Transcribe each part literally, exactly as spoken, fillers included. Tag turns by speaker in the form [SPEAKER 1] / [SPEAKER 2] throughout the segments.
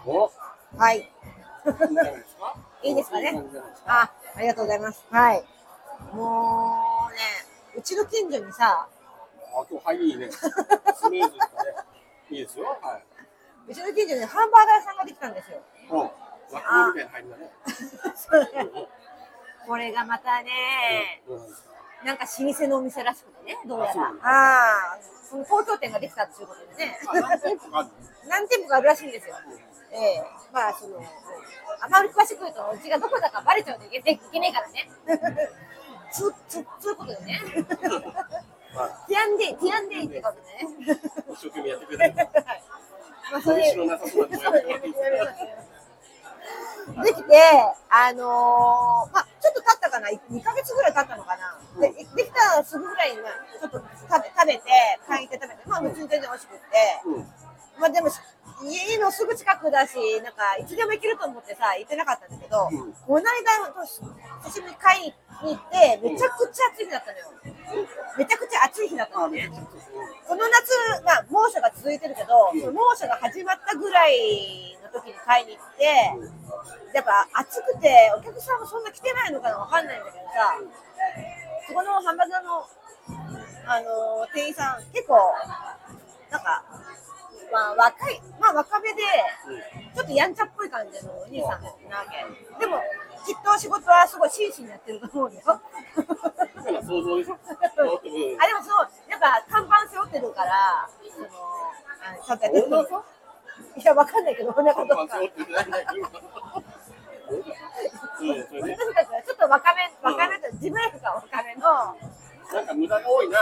[SPEAKER 1] はい。いいですかね。あ、ありがとうございます。はい。もうね、うちの近所にさ、
[SPEAKER 2] あ、今日はいいね。スムーズですね。いいですよ。はい。
[SPEAKER 1] うちの近所にハンバーガー屋さんができたんですよ。
[SPEAKER 2] うん。落語みたいな入りだね。
[SPEAKER 1] そうね。これがまたね、なんか老舗のお店らしくてね、どうやら。ああ、その東京店ができたっていうことでね。何店舗かある？何店舗かあるらしいんですよ。ええ、まあそのあまり詳しく言うとうちがどこだかバレちゃうといけないからね。つつつうことでね。ティアンデイティアンデイってことでね。
[SPEAKER 2] 一生懸命やってくれる。
[SPEAKER 1] まあそれで
[SPEAKER 2] なさそうなのやめてもらっていいですか？
[SPEAKER 1] できて、あのー、まあちょっと経ったかな、にかげつぐらい経ったのかな。で、できたすぐぐらいに、まあ、ちょっと食べ、食べて、買いに行って食べて、まあ普通に全然美味しくって、うん、まあでも、家のすぐ近くだし、なんか、いつでも行けると思ってさ、行ってなかったんだけど、うん、この間、久しぶりに買いに行って、めちゃくちゃ暑い日だったのよ。めちゃくちゃ暑い日だったのね。この夏、まあ猛暑が続いてるけど、その猛暑が始まったぐらいの時に買いに行って、やっぱ暑くて、お客さんもそんな来てないのかなわかんないんだけどさ、そこのハンバーガーの、あのー、店員さん、結構、なんか、まあ若い、まあ若めで、ちょっとやんちゃっぽい感じのお兄さんなわけ。でも、きっと仕事はすごい真摯にやってると思うんだよ。
[SPEAKER 2] 想像でしょ。
[SPEAKER 1] あ、でもそう、やっぱ看板背負ってるから、その、あちゃんとやってる。いや、わかんないけど、こんなことか。ちょっと若め、若めと、自分よりか若めの。
[SPEAKER 2] なんか無駄が多いな。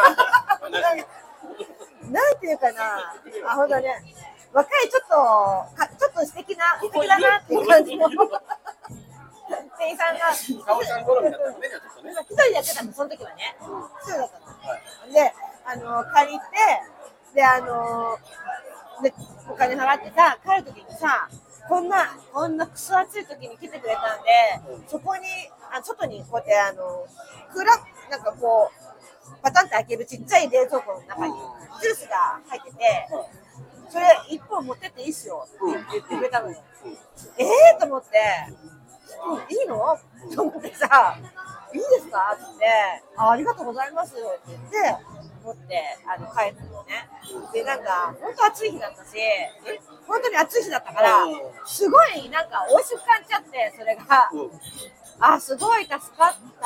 [SPEAKER 1] なんていうかな、あ、ほんとね、若いちょっと、かちょっと素敵な、素敵だなっていう感じの店員さんが、一人でやってたの、その時はね。一人だったの。で、あの、借りて、で、あの、で、お金払ってさ、帰る時にさ、こんな、こんなクソ暑い時に来てくれたんで、そこに、あ外にこうやって、あの、クーラー、なんかこう、パタンって開けるちっちゃい冷蔵庫の中にジュースが入ってて、それ一本持ってっていいっすよって言ってくれたのよ。えーと思って、いいのと思ってさ、いいですかって言って、あ、ありがとうございますって言って、持ってあの帰ったのね。で、なんか、本当暑い日だったし、本当に暑い日だったから、すごいなんか美味しく感じちゃって、それが。あ、すごい助かった、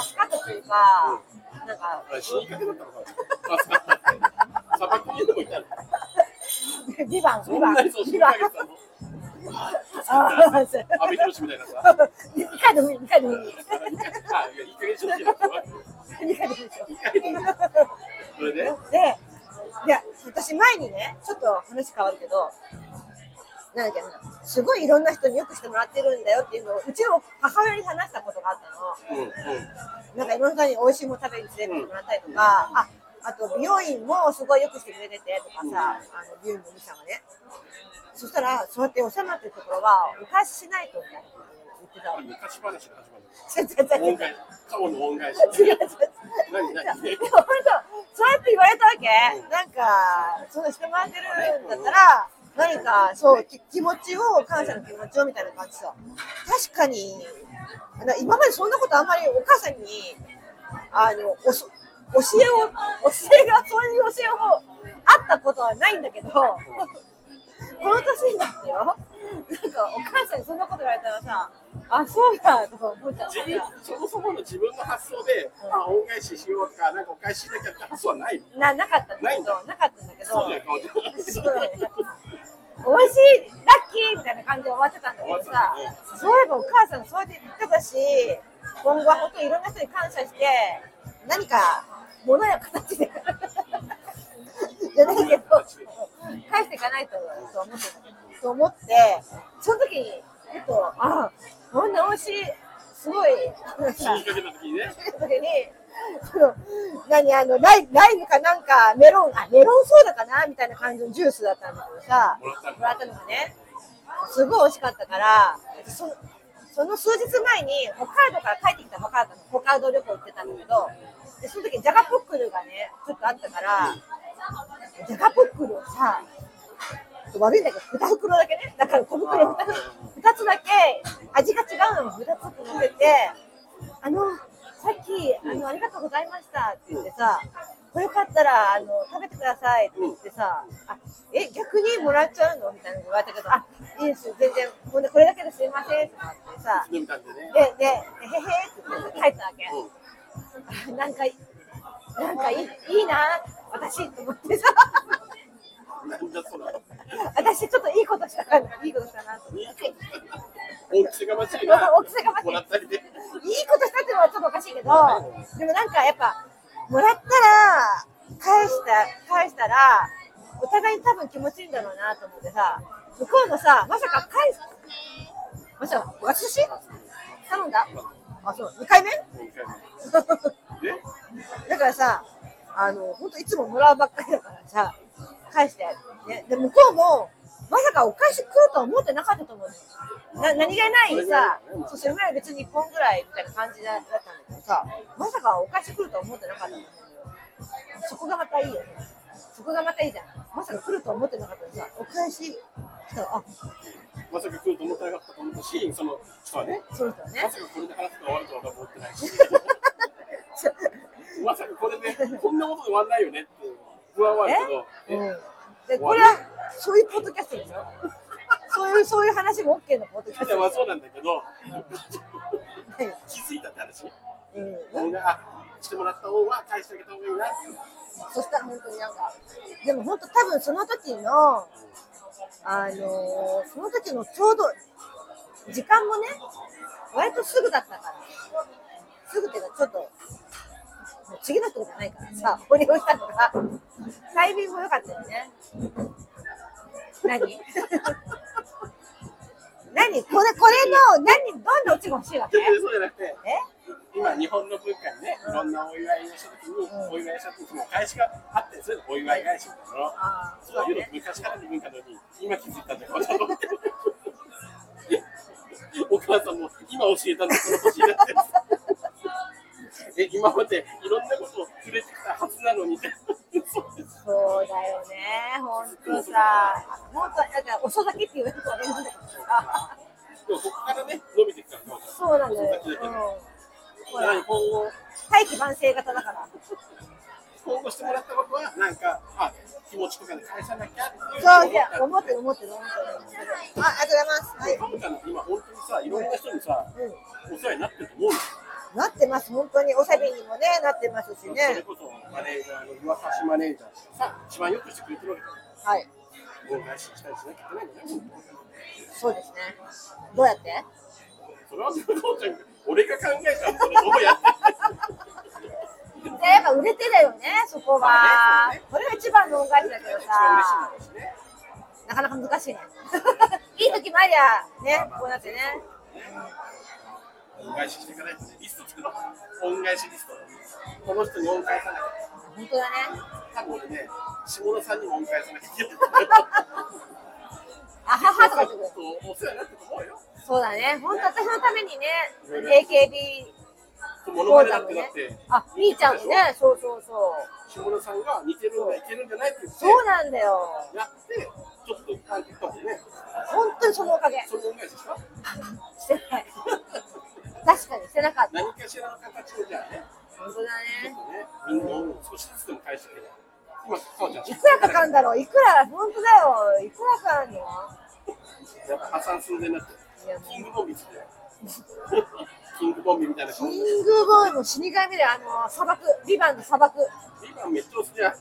[SPEAKER 1] 助かったというか、なんか、
[SPEAKER 2] 死にかけだったのかな。砂漠にでもいたの。
[SPEAKER 1] ビバン、
[SPEAKER 2] ビバン。ビバン。
[SPEAKER 1] 阿
[SPEAKER 2] 部寛みたいなさ。
[SPEAKER 1] 二回でもいい、二回でもいい。
[SPEAKER 2] あ、いい加減正直だったわ。
[SPEAKER 1] 二回でもいい。
[SPEAKER 2] それで？で、
[SPEAKER 1] いや、私前にね、ちょっと話変わるけど、なんだっけな、すごいいろんな人によくしてもらってるんだよっていうのをうちの母親に話したことがあったの。うんうん、なんかいろんな人に美味しいもの食べに連れてってもらったりとか、うん、あ、あと美容院もすごいよくしてくれててとかさ、うん、あの美容院のお兄さんがね。そしたらそうやってお世話になってるところはお返ししないとみたいな言ってたわ。
[SPEAKER 2] 昔話が始まる。
[SPEAKER 1] 違う違う違う。
[SPEAKER 2] 顔の恩返し。
[SPEAKER 1] 違う違う。何何。でも本当そうやって言われたわけ。うん、なんかそのしてもらってるんだったら。何かそう気持ちを感謝の気持ちをみたいな感じさ。確かに今までそんなことあんまりお母さんにあのおそ教えを教えがそういう教えをあったことはないんだけど、この年になってよ、なんかお母さんにそんなこと言われたらさ、あ、そうだとか思っちゃった。
[SPEAKER 2] そもそもの自分の発想で、うん、あ、恩返ししようとか、なんかお返ししなきゃって発想はない
[SPEAKER 1] な、なかったんだけど、なかったんだけど、
[SPEAKER 2] そうだよ、顔で。
[SPEAKER 1] 美味しい、ラッキーみたいな感じで終わってたんだけどさ、そういえばお母さんそうやって言ってたし、今後は本当にいろんな人に感謝して、何か物や形でじゃないけど、返していかないとと思ってたと思って、その時に、えっと、あ、こんな美味しい、すごい、
[SPEAKER 2] 死にかけた時にね。
[SPEAKER 1] 何あのライライムかなんかメロンあメロンソーダかなみたいな感じのジュースだったんだけどさ、もらったのがね、すごい美味しかったから、そその数日前に北海道から帰ってきたばかりだったの。北海道旅行行ってたんだけど、でその時ジャガポックルがねちょっとあったから、ジャガポックルをさ悪いんだけど、に袋だけね、だから小袋ふたつだけ味が違うのもふたつ持ってて、あの、さっきあのありがとうございましたって言ってさ、これよかったらあの食べてくださいって言ってさ、あ、え、逆にもらっちゃうのみたいなの言われたけど、あ、いいですよ、全然、これだけですいませんってなってさ、で、で、で、へへって言って帰ったわけ。なんか、なんかいい、いいな、私と思ってさ。私ちょっといいことしたかな、いいことしたなと思って。
[SPEAKER 2] 大きさがましいな。
[SPEAKER 1] 大きさがましい。いいことしたってのはちょっとおかしいけど、でもなんかやっぱ、もらったら、返した、返したら、お互いに多分気持ちいいんだろうなと思ってさ、向こうもさ、まさか返す、まさか、お寿司頼んだ？あ、そう、にかいめだからさ、あの、ほんといつももらうばっかりだからさ、返して、ね、で、向こうも、まさかお返し来るとは思ってなかったと思うの。な何気ないさ、そうそれぐらい別にいっぽんぐらいみたいな感じだったんだけどさ、まさかお返し来るとは思ってなかったと思うのよ。そこがまたいいよね。そこがまたいいじゃん。まさか来るとは思ってなかったのさ、お返し来たら、あ、
[SPEAKER 2] まさか来ると思ってなかったと思ったし、その人はね、
[SPEAKER 1] そう人はね、
[SPEAKER 2] まさかこれで話が終わるとは思ってないし、まさかこれでこんなことで終わんないよねって不安はあるけど、
[SPEAKER 1] うん、でこれはそういうポッドキャストでしょ。そういうそういう話も OK のポッドキャスト。
[SPEAKER 2] まあそうなんだけど、気づいたって話。うん。あ、してもらった方は返してあげた方がいいな。
[SPEAKER 1] そしたら本当になんか、でも本当多分その時のあのー、その時のちょうど時間もね、割とすぐだったから、すぐっていうかちょっと次の人じゃないからさ、保留したのがタイミングも良かったよね。何何これこれの何どんなオチが欲しいわけ？
[SPEAKER 2] そうじゃなくて、
[SPEAKER 1] え？
[SPEAKER 2] 今日本の文化にね、いろんなお祝いをした時に、うん、お祝いした時に返しがあって、それでお祝い返しだから、そういうの昔からの文化なのに今気づいたんだよ。お母さんも今教えたのこの年になってえ、今までいろんなことを触れてきたはずなのに
[SPEAKER 1] そうだよね、本当さ、本当だから遅咲きって言われるとあれなんだけどさ。
[SPEAKER 2] でもここからね伸びてきたから。
[SPEAKER 1] そうなんだよ。
[SPEAKER 2] ほら、今後
[SPEAKER 1] 大器晩成型だから。
[SPEAKER 2] 今後してもらったことはなんかあ気持ちとかで返さなきゃっていう。
[SPEAKER 1] そういや思ってる思ってる思ってる。あ、ありがとうございます。はい。
[SPEAKER 2] 今本当にさ、いろんな人にさ、うん、お世話になってると思うの。
[SPEAKER 1] なってます、本当におしゃべりにもねなってますしね。
[SPEAKER 2] それこそマネージャーの岩橋マネージャーさ、一番よくしてくれてるわけだから。
[SPEAKER 1] はい。
[SPEAKER 2] 恩返ししたりしなきゃいけないんだね。
[SPEAKER 1] そうですね。どうやって？
[SPEAKER 2] それは父ちゃん、俺が考えたんだけどどうやって？
[SPEAKER 1] やっぱ売れてだよね、そこは。これが一番の恩返しだけどさ。なかなか難しいね。いい時もありゃね、こうなってね。
[SPEAKER 2] 恩返ししていかないとね、リスト作ろう。恩返しリスト。この人に恩返さなきゃ。
[SPEAKER 1] 本当だね。
[SPEAKER 2] 多分俺ね、下野さんにも恩返さなきゃいけない。
[SPEAKER 1] あははとか言ってく
[SPEAKER 2] る。お世話になってると思うよ。
[SPEAKER 1] そうだね。本当私のためにね、エーケービー
[SPEAKER 2] モノマネだってだって。
[SPEAKER 1] あ、みーちゃんもね、そうそうそう。
[SPEAKER 2] 下野さんが似てるんだいけるんじゃないって言って。
[SPEAKER 1] そうなんだよ。
[SPEAKER 2] やって、ちょっと感じたもんね。
[SPEAKER 1] 本当にそのおかげ。
[SPEAKER 2] その恩返しした
[SPEAKER 1] してない。確かにしてなかった。
[SPEAKER 2] 何かしらの形でじゃあね。
[SPEAKER 1] 本当だね。
[SPEAKER 2] みんな少しずつでも返してくれる。今、そうじゃん。
[SPEAKER 1] いくらかかんだろう。いくら、本当だよ。いくらかかんの？
[SPEAKER 2] やっぱ破産寸前になってる。キングボンビーって。キングボンビーみたいな。
[SPEAKER 1] キングボンビーの死神であの砂漠、ビバンの砂漠。
[SPEAKER 2] ビバンめっちゃ好きじゃん。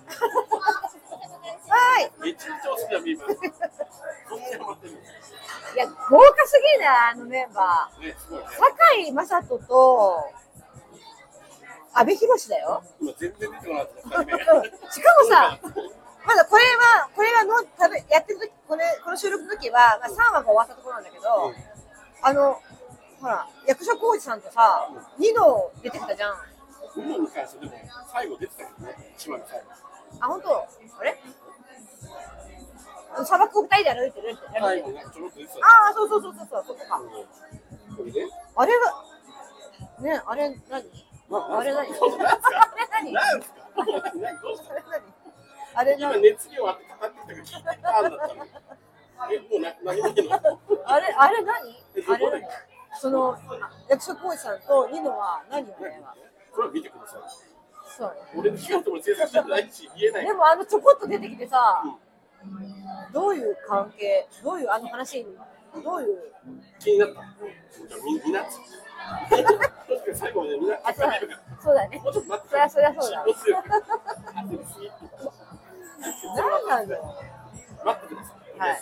[SPEAKER 1] はい。
[SPEAKER 2] めっちゃ好きじゃんビバン。そんなにハマってる。
[SPEAKER 1] いや豪華すぎるねあのメンバー。
[SPEAKER 2] ね、すごいね。
[SPEAKER 1] 堺雅人と阿部寛だよ。
[SPEAKER 2] 今全然出てこなかった。
[SPEAKER 1] しかもさ、まだこれはこれはの食べやってる時これこの収録の時はまあさんわが終わったところなんだけど、うん、あのほら役所広司さんとさ、うん、ニノ出てきたじゃん。
[SPEAKER 2] ニノに関してでも最後出てたけどね。一番最後。
[SPEAKER 1] あ本当？あれ？砂漠を二人で歩いてるって。
[SPEAKER 2] 最後なんかちょろっと出てた。
[SPEAKER 1] ああそうそうそうそうそうそうか。
[SPEAKER 2] それで？
[SPEAKER 1] あれがねあれ何？あれ何？あれ何？
[SPEAKER 2] 何ですか？何どうした？
[SPEAKER 1] あれ何？
[SPEAKER 2] 今熱量あって語ってきたけど聞いてたんだったの。 何もいいの？
[SPEAKER 1] あれ、あれ何？あれ何？その役所広司さんとニノは何をね？
[SPEAKER 2] これは見てください。
[SPEAKER 1] そう。
[SPEAKER 2] 俺の仕事も制作してないし言えない。
[SPEAKER 1] でもあのちょこっと出てきてさ、どういう関係、どういうあの話にどういう
[SPEAKER 2] 気になった。みみなつ。最後までみんなあそうだ
[SPEAKER 1] そうだね。
[SPEAKER 2] もうちょっと待って。
[SPEAKER 1] そりゃそりゃそうだ。何なんだよ。
[SPEAKER 2] 待ってください。
[SPEAKER 1] はい。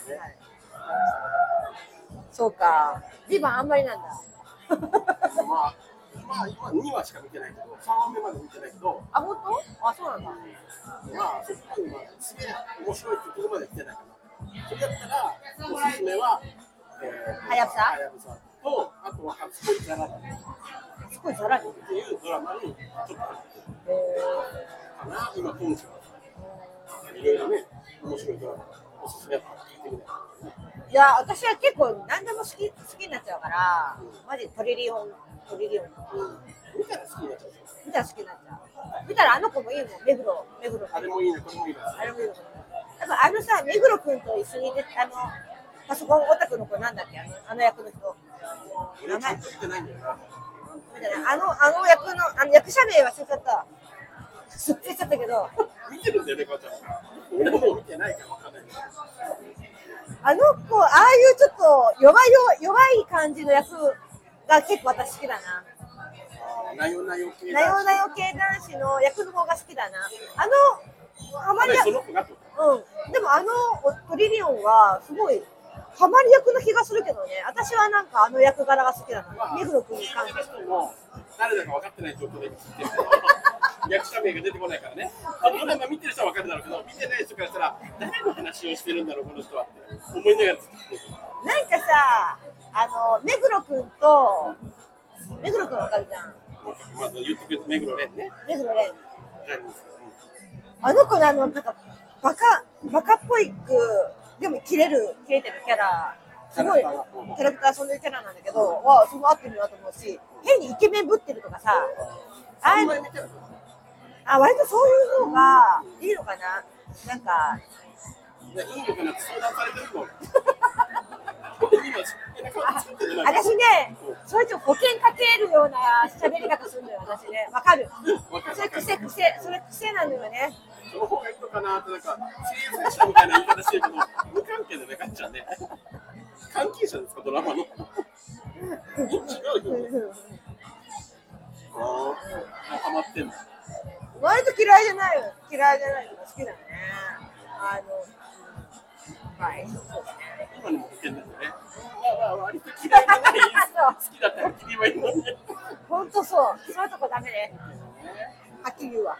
[SPEAKER 1] そうか。リバンあんまりなんだ。
[SPEAKER 2] まあ、まあ今にわしか見てないけど、さんわめまで見てないけど。
[SPEAKER 1] あ、本当？あ、そうなんだ。
[SPEAKER 2] まあ、そこまですげえ面白いってとこまで来てないかな。それだったら、おすすめは、
[SPEAKER 1] はやぶさ。
[SPEAKER 2] はやぶさと、あとは初恋ザラリ。
[SPEAKER 1] 初恋ザラリ
[SPEAKER 2] っていうドラマにちょっと入ってる。かな、今今期はいろいろね、面白いドラマおすすめだったら聞いてみない。
[SPEAKER 1] いや、私は結構何でも好き好きになっちゃうから、マジトリリオントリリオン。
[SPEAKER 2] 見たら好きになっちゃう。
[SPEAKER 1] 見たら好きになっちゃう。見たらあの子もいいもん、目黒目黒。
[SPEAKER 2] あれもいいね、これもいいね。
[SPEAKER 1] あれもいいの。やっぱあのさ、目黒君と一緒に出てあのパソコンオタクの子なんだっけ、あのあの役の人。
[SPEAKER 2] 名前聞いてないんだよな。
[SPEAKER 1] あのあの役のあの役者名忘れちゃった。忘れちゃったけど。
[SPEAKER 2] 見てるんだよね、こうちゃん。俺も見てないからわかんない。
[SPEAKER 1] あの子、ああいうちょっと弱い弱い感じの役が結構私好きだな。
[SPEAKER 2] なよなよ系
[SPEAKER 1] なよなよ系男子の役の方が好きだな。あのハマり役、うん。でもあのトリリオンはすごいハマり役の気がするけどね。私はなんかあの役柄が好きだな。目黒君に関して
[SPEAKER 2] も誰だか分かってない状況で聞いてるけど、役者名が出てこないからね。ドラマ見てる人は分かるだろうけど、見てない人からしたら誰の話をしてるんだろうこの人はって思いながら聞いてる。
[SPEAKER 1] なんかさ、あの目黒君と目黒君分かるじゃん。
[SPEAKER 2] まず言ってくれて目黒蓮ね。
[SPEAKER 1] 目黒蓮。あの子のあのなんかバカバカっぽいくでも切れる切れてるキャラ。すごいキャラクター遊んでるキャラなんだけど、わあその合ってるなと思うし、変にイケメンぶってるとかさ、ああいうあ割とそういう方がいいのかな、なんか
[SPEAKER 2] いやいいのかなって相談されてるの。
[SPEAKER 1] 私ね、それちょっと保険かけるような喋り方するのよ、私ね、わかる。それ癖癖、それ癖なのよね。
[SPEAKER 2] その方がいいのかなってなんか声優者みたいな言い方してるけど、無関係でね、かっちゃんね。関係者ですか、ドラマの。違うよ。ああ、ハマってんの。
[SPEAKER 1] 割と嫌いじゃないよ。嫌いじゃないのが好きだね。あの、はい、そうですね。
[SPEAKER 2] 今にも保険だよね。まあまあ割と嫌いじゃない。好きだったら切りはいいのに。
[SPEAKER 1] 本当そう。そういうとこダメね。はっきり言うわ。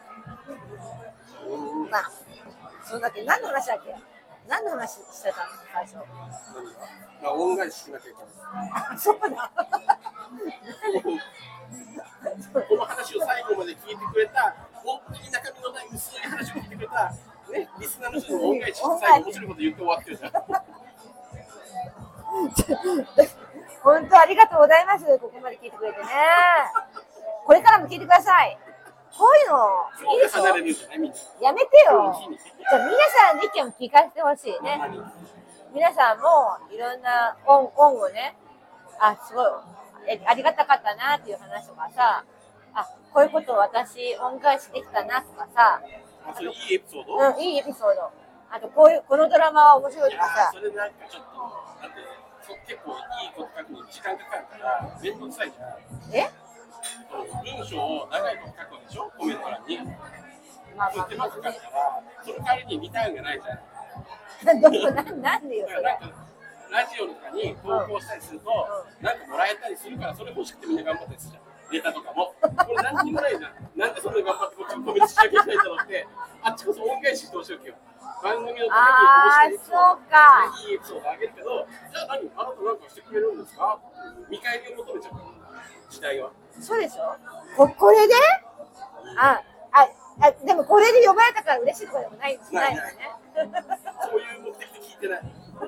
[SPEAKER 1] まあ、そんだけ何の話だっけ？何の話してたの最初。
[SPEAKER 2] まあ恩返ししなきゃいけない。
[SPEAKER 1] あ、そうだ。
[SPEAKER 2] この話を最後まで聞いてくれた、本当に中身のない薄い話を聞いてくれた、ね、リスナーの人に恩返しして最後面白いこと言って終わってるじゃん。
[SPEAKER 1] 本当ありがとうございます。ここまで聞いてくれてね。これからも聞いてください。こういうのいいでしょ。やめてよ。じゃあ皆さんの意見を聞かせてほしいね。皆さんもいろんな恩恩をね、あ、すごいありがたかったなっていう話とかさ、あ、こういうことを私恩返しできたなとかさ、
[SPEAKER 2] あ、それいいエピソード？
[SPEAKER 1] うん、いいエピソード。あとこういうこのドラマは面白いとかさ。
[SPEAKER 2] それなんかちょっとだって結構いいこと書くのに時間かかるから面倒くさいじゃん。
[SPEAKER 1] え？
[SPEAKER 2] 文章を長いこと書くわけでしょ、コメント欄に。
[SPEAKER 1] まあまあ、
[SPEAKER 2] 手間かかるから、その代わりにリターンがないじゃん。
[SPEAKER 1] どこななんでよそれ。
[SPEAKER 2] なんかラジオとかに投稿したりすると、うん、なんかもらえたりするからそれ欲しくてみんな頑張ったりするじゃん。ネタとかも。これ何にもないじゃん。なんでそれ頑張ってこっちにコメントしなきゃいけないんだろうって、あっちこそ恩返ししてほしいわけよ。番組のために面白いエピソード、いいエピソードあげるけど、じゃあ何、あなたなんかしてくれるんですか？見返りを求めちゃうから時代は。そうでしょ。
[SPEAKER 1] ここれで？あ、あ、あ、でもこれで呼ばれたから嬉しいとかでもないんですね。
[SPEAKER 2] そういう目的で聞いてない。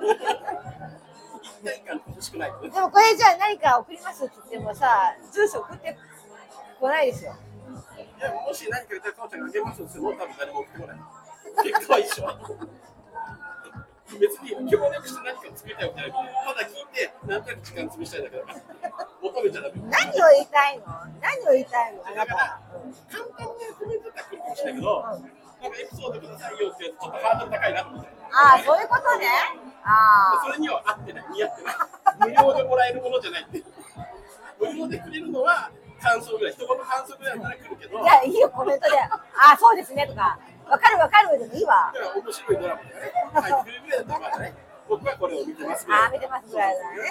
[SPEAKER 2] 一体感欲しくない。
[SPEAKER 1] でもこれじゃあ何か送りますって言ってもさ、住所送ってこないですよ。
[SPEAKER 2] いや、もし何か言ったら父ちゃんがあげますってもう多分誰も送ってこない。結果は一緒。 別に協力して何かを作りたいわけじゃない。ただ聞いて、なんとなく時間潰したいだけだから。求めちゃダメ。
[SPEAKER 1] 何を言いたいの？何を言いたいの？あなた。
[SPEAKER 2] だから、簡単なコメントだったら来るかもしれないけど、なんかエピソードくださいよって言うと、ちょっとハードル高いなと思って。
[SPEAKER 1] ああ、そういうことね。ああ。
[SPEAKER 2] それには合ってない、似合ってない。無料でもらえるものじゃないって。無料でくれるのは感想ぐらい、一言感想ぐらいだったら来るけど。
[SPEAKER 1] いや、いいよ、コメントで。ああ、そうですねとか。わかるわかるでもいいわ。
[SPEAKER 2] だから面白いドラマがね、入ってくるぐらいだったらまだね、僕はこれを見てますぐらい。
[SPEAKER 1] ああ、見てますぐらいだね。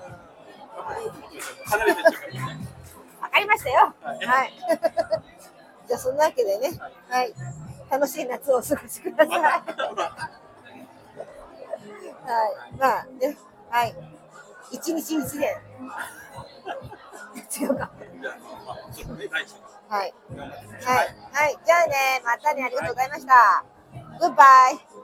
[SPEAKER 2] 離れてっちゃうからね。
[SPEAKER 1] わかりましたよ。はい。はい、じゃあそんなわけでね、はい、楽しい夏をお過ごしください。はい、まあね、はい、一日一年。違うか。はい、はい、はい、じゃあね、またね、ありがとうございました。グッバイ。